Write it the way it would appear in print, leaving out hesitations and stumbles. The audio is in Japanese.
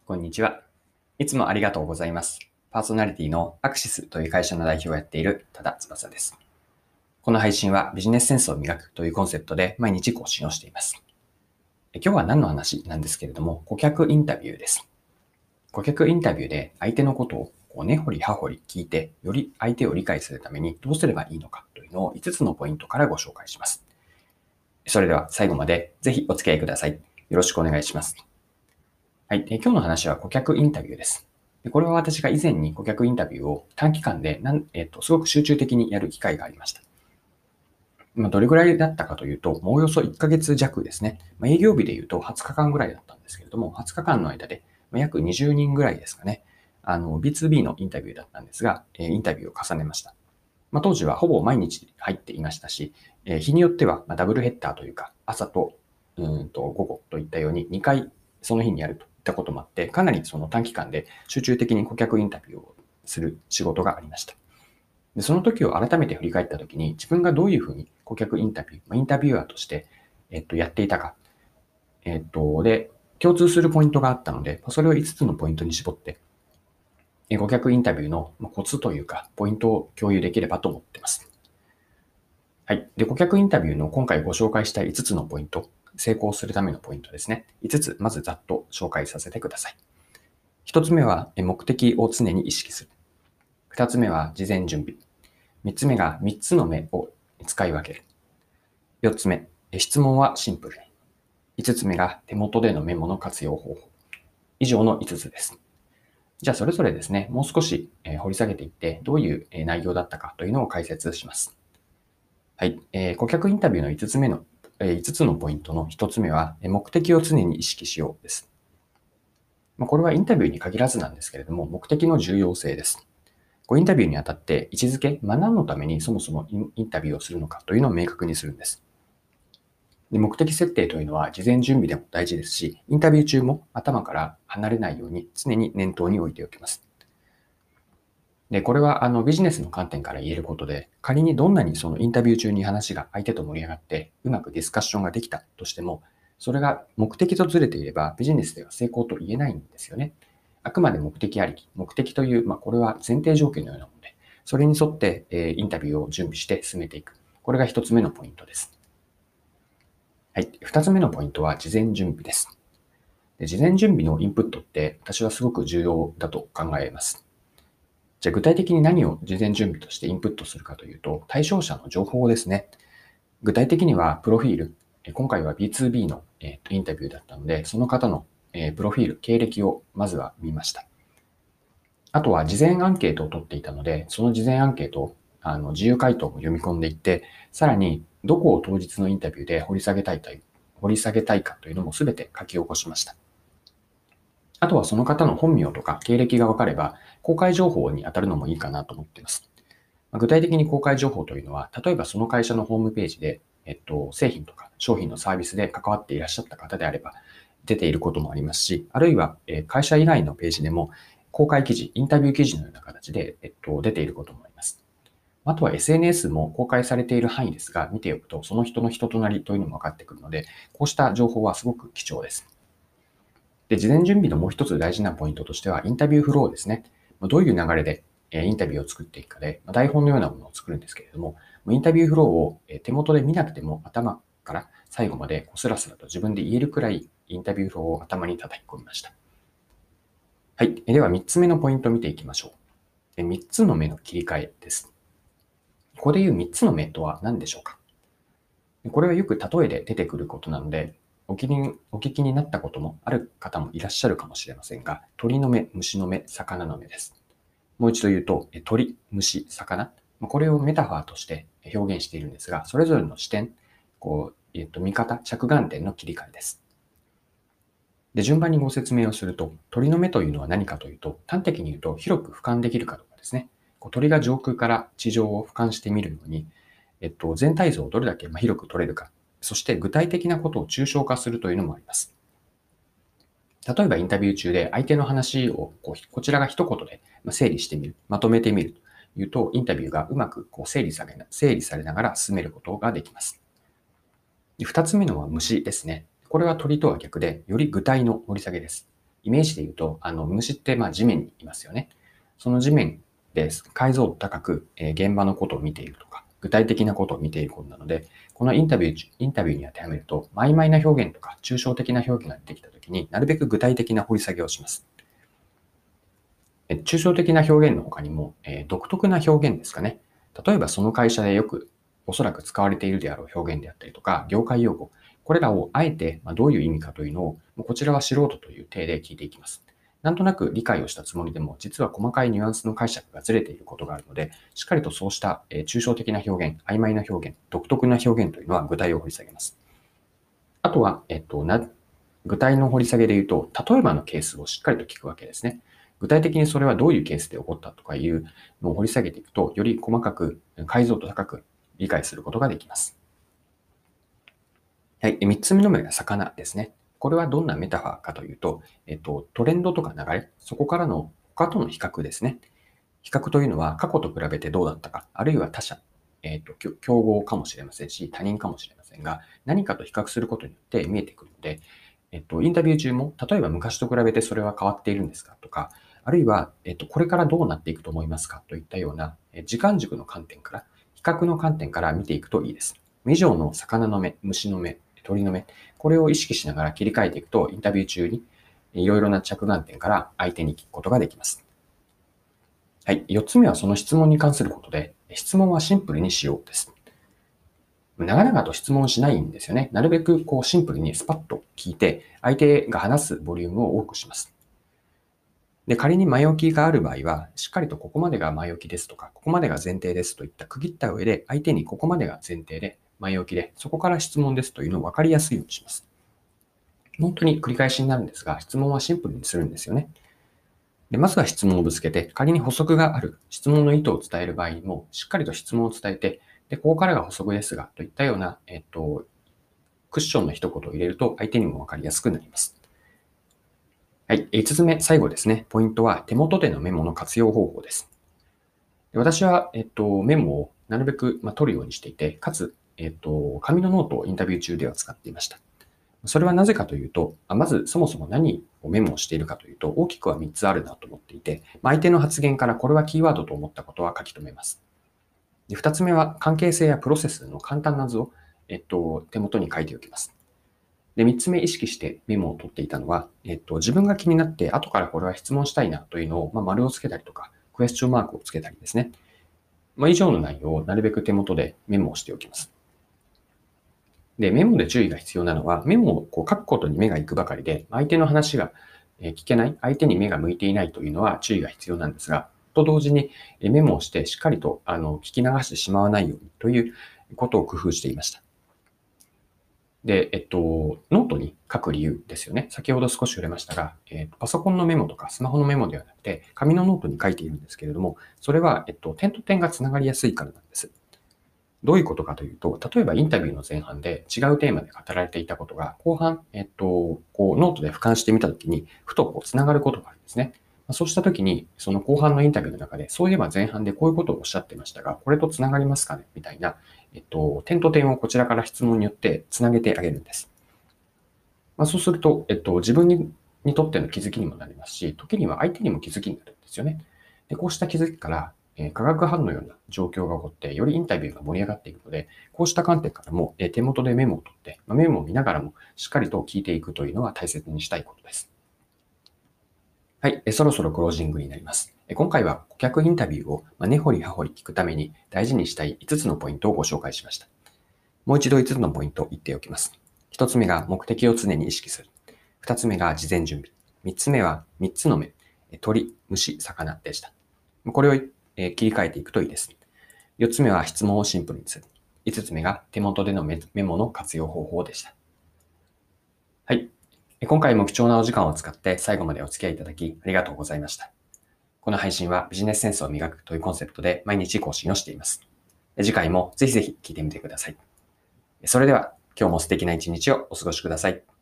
こんにちは。いつもありがとうございます。パーソナリティのアクシスという会社の代表をやっている多田翼です。この配信はビジネスセンスを磨くというコンセプトで毎日更新をしています。今日は何の話なんですけれども、顧客インタビューです。顧客インタビューで相手のことを根掘り葉掘り聞いて、より相手を理解するためにどうすればいいのかというのを5つのポイントからご紹介します。それでは最後までぜひお付き合いください。よろしくお願いします。はい。今日の話は顧客インタビューです。これは私が以前に顧客インタビューを短期間ですごく集中的にやる機会がありました。どれぐらいだったかというと、もうおよそ1ヶ月弱ですね。営業日で言うと20日間ぐらいだったんですけれども、20日間の間で約20人ぐらいですかね。B2B のインタビューだったんですが、インタビューを重ねました。当時はほぼ毎日入っていましたし、日によってはダブルヘッダーというか、朝と午後といったように2回その日にやるといったこともあって、かなりその短期間で集中的に顧客インタビューをする仕事がありました。でその時を改めて振り返った時に、自分がどういうふうに顧客インタビュー、インタビュアーとして、やっていたか、で、共通するポイントがあったので、それを5つのポイントに絞って、顧客インタビューのコツというか、ポイントを共有できればと思っています。はい。で、顧客インタビューの今回ご紹介した5つのポイント、成功するためのポイントですね。5つ、まずざっと紹介させてください。1つ目は、目的を常に意識する。2つ目は、事前準備。3つ目が、3つの目を使い分ける。4つ目、質問はシンプルに。5つ目が、手元でのメモの活用方法。以上の5つです。じゃあ、それぞれですね、もう少し掘り下げていって、どういう内容だったかというのを解説します。はい。顧客インタビューの5つのポイントの1つ目は、目的を常に意識しようです。これはインタビューに限らずなんですけれども、目的の重要性です。インタビューにあたって位置づけ、何のためにそもそもインタビューをするのかというのを明確にするんです。で、目的設定というのは事前準備でも大事ですし、インタビュー中も頭から離れないように常に念頭に置いておきます。で、これはビジネスの観点から言えることで、仮にどんなにそのインタビュー中に話が相手と盛り上がってうまくディスカッションができたとしても、それが目的とずれていればビジネスでは成功と言えないんですよね。あくまで目的ありき。目的という、これは前提条件のようなもので、それに沿ってインタビューを準備して進めていく。これが一つ目のポイントです。はい。二つ目のポイントは事前準備です。事前準備のインプットって私はすごく重要だと考えます。じゃあ具体的に何を事前準備としてインプットするかというと、対象者の情報ですね。具体的にはプロフィール。今回は B2B のインタビューだったので、その方のプロフィール、経歴をまずは見ました。あとは事前アンケートを取っていたので、その事前アンケートを自由回答も読み込んでいって、さらにどこを当日のインタビューで掘り下げたいかというのも全て書き起こしました。あとはその方の本名とか経歴が分かれば、公開情報に当たるのもいいかなと思っています。具体的に公開情報というのは、例えばその会社のホームページで、製品とか商品のサービスで関わっていらっしゃった方であれば、出ていることもありますし、あるいは会社以外のページでも、公開記事、インタビュー記事のような形で、出ていることもあります。あとは SNS も公開されている範囲ですが、見ておくと、その人の人となりというのも分かってくるので、こうした情報はすごく貴重です。で、事前準備のもう一つ大事なポイントとしては、インタビューフローですね。どういう流れでインタビューを作っていくかで、台本のようなものを作るんですけれども、インタビューフローを手元で見なくても頭から最後までスラスラと自分で言えるくらいインタビューフローを頭に叩き込みました。はい。では3つ目のポイントを見ていきましょう。3つの目の切り替えです。ここでいう3つの目とは何でしょうか。これはよく例えで出てくることなので、お聞きになったこともある方もいらっしゃるかもしれませんが、鳥の目、虫の目、魚の目です。もう一度言うと、鳥、虫、魚。これをメタファーとして表現しているんですが、それぞれの視点、見方、着眼点の切り替えです。で、順番にご説明をすると、鳥の目というのは何かというと、端的に言うと広く俯瞰できるかどうかですね。鳥が上空から地上を俯瞰してみるのに、全体像をどれだけ広く取れるか、そして具体的なことを抽象化するというのもあります。例えばインタビュー中で相手の話をこちらが一言で整理してみる、まとめてみるというと、インタビューがうまく整理されながら進めることができます。二つ目のは虫ですね。これは鳥とは逆で、より具体の掘り下げです。 イメージで言うと、虫って地面にいますよね。その地面で解像度高く、現場のことを見ているとか、具体的なことを見ていることなので、このインタビューに当てはめると、曖昧な表現とか抽象的な表現が出てきたときになるべく具体的な掘り下げをします。抽象的な表現の他にも、独特な表現ですかね。例えばその会社でよくおそらく使われているであろう表現であったりとか、業界用語、これらをあえてどういう意味かというのを、こちらは素人という体で聞いていきます。なんとなく理解をしたつもりでも、実は細かいニュアンスの解釈がずれていることがあるので、しっかりとそうした抽象的な表現、曖昧な表現、独特な表現というのは具体を掘り下げます。あとは、具体の掘り下げで言うと、例えばのケースをしっかりと聞くわけですね。具体的にそれはどういうケースで起こったとかいうのを掘り下げていくと、より細かく、解像度高く理解することができます。はい。3つ目の目が魚ですね。これはどんなメタファーかというと、トレンドとか流れ、そこからの他との比較ですね。比較というのは過去と比べてどうだったか、あるいは他者、競合かもしれませんし、他人かもしれませんが、何かと比較することによって見えてくるので、インタビュー中も、例えば昔と比べてそれは変わっているんですかとか、あるいは、これからどうなっていくと思いますかといったような、時間軸の観点から、比較の観点から見ていくといいです。以上の魚の目、虫の目、鳥の目、これを意識しながら切り替えていくと、インタビュー中にいろいろな着眼点から相手に聞くことができます。はい。4つ目はその質問に関することで、質問はシンプルにしようです。長々と質問しないんですよね。なるべくシンプルにスパッと聞いて、相手が話すボリュームを多くします。で、仮に前置きがある場合は、しっかりとここまでが前置きですとか、ここまでが前提ですといった区切った上で、相手にここまでが前提で、前置きで、そこから質問ですというのを分かりやすいようにします。本当に繰り返しになるんですが、質問はシンプルにするんですよね。で、まずは質問をぶつけて、仮に補足がある、質問の意図を伝える場合にも、しっかりと質問を伝えて、で、ここからが補足ですが、といったような、クッションの一言を入れると、相手にも分かりやすくなります。はい。5つ目、最後ですね。ポイントは手元でのメモの活用方法です。私は、メモをなるべく、取るようにしていて、かつ、紙のノートをインタビュー中では使っていました。それはなぜかというと、まずそもそも何をメモをしているかというと、大きくは3つあるなと思っていて、相手の発言からこれはキーワードと思ったことは書き留めます。で、2つ目は関係性やプロセスの簡単な図を、手元に書いておきます。で、3つ目意識してメモを取っていたのは、自分が気になって後からこれは質問したいなというのを、丸をつけたりとか、クエスチョンマークをつけたりですね。以上の内容をなるべく手元でメモをしておきます。で、メモで注意が必要なのは、メモを書くことに目が行くばかりで、相手の話が聞けない、相手に目が向いていないというのは注意が必要なんですが、と同時にメモをしてしっかりと聞き流してしまわないようにということを工夫していました。で、ノートに書く理由ですよね。先ほど少し触れましたが、パソコンのメモとかスマホのメモではなくて、紙のノートに書いているんですけれども、それは、点と点がつながりやすいからなんです。どういうことかというと、例えばインタビューの前半で違うテーマで語られていたことが、後半、ノートで俯瞰してみたときに、ふとつながることがあるんですね。そうしたときに、その後半のインタビューの中で、そういえば前半でこういうことをおっしゃってましたが、これとつながりますかねみたいな、点と点をこちらから質問によってつなげてあげるんです。そうすると、自分にとっての気づきにもなりますし、時には相手にも気づきになるんですよね。で、こうした気づきから、化学反応のような状況が起こって、よりインタビューが盛り上がっていくので、こうした観点からも、手元でメモを取って、メモを見ながらもしっかりと聞いていくというのは大切にしたいことです。はい、そろそろクロージングになります。今回は顧客インタビューを根掘り葉掘り聞くために大事にしたい5つのポイントをご紹介しました。もう一度5つのポイントを言っておきます。1つ目が目的を常に意識する。2つ目が事前準備。3つ目は3つの目。鳥、虫、魚でした。これを切り替えていくといいです。4つ目は質問をシンプルにする。5つ目が手元でのメモの活用方法でした。はい。今回も貴重なお時間を使って最後までお付き合いいただきありがとうございました。この配信はビジネスセンスを磨くというコンセプトで毎日更新をしています。次回もぜひぜひ聞いてみてください。それでは今日も素敵な一日をお過ごしください。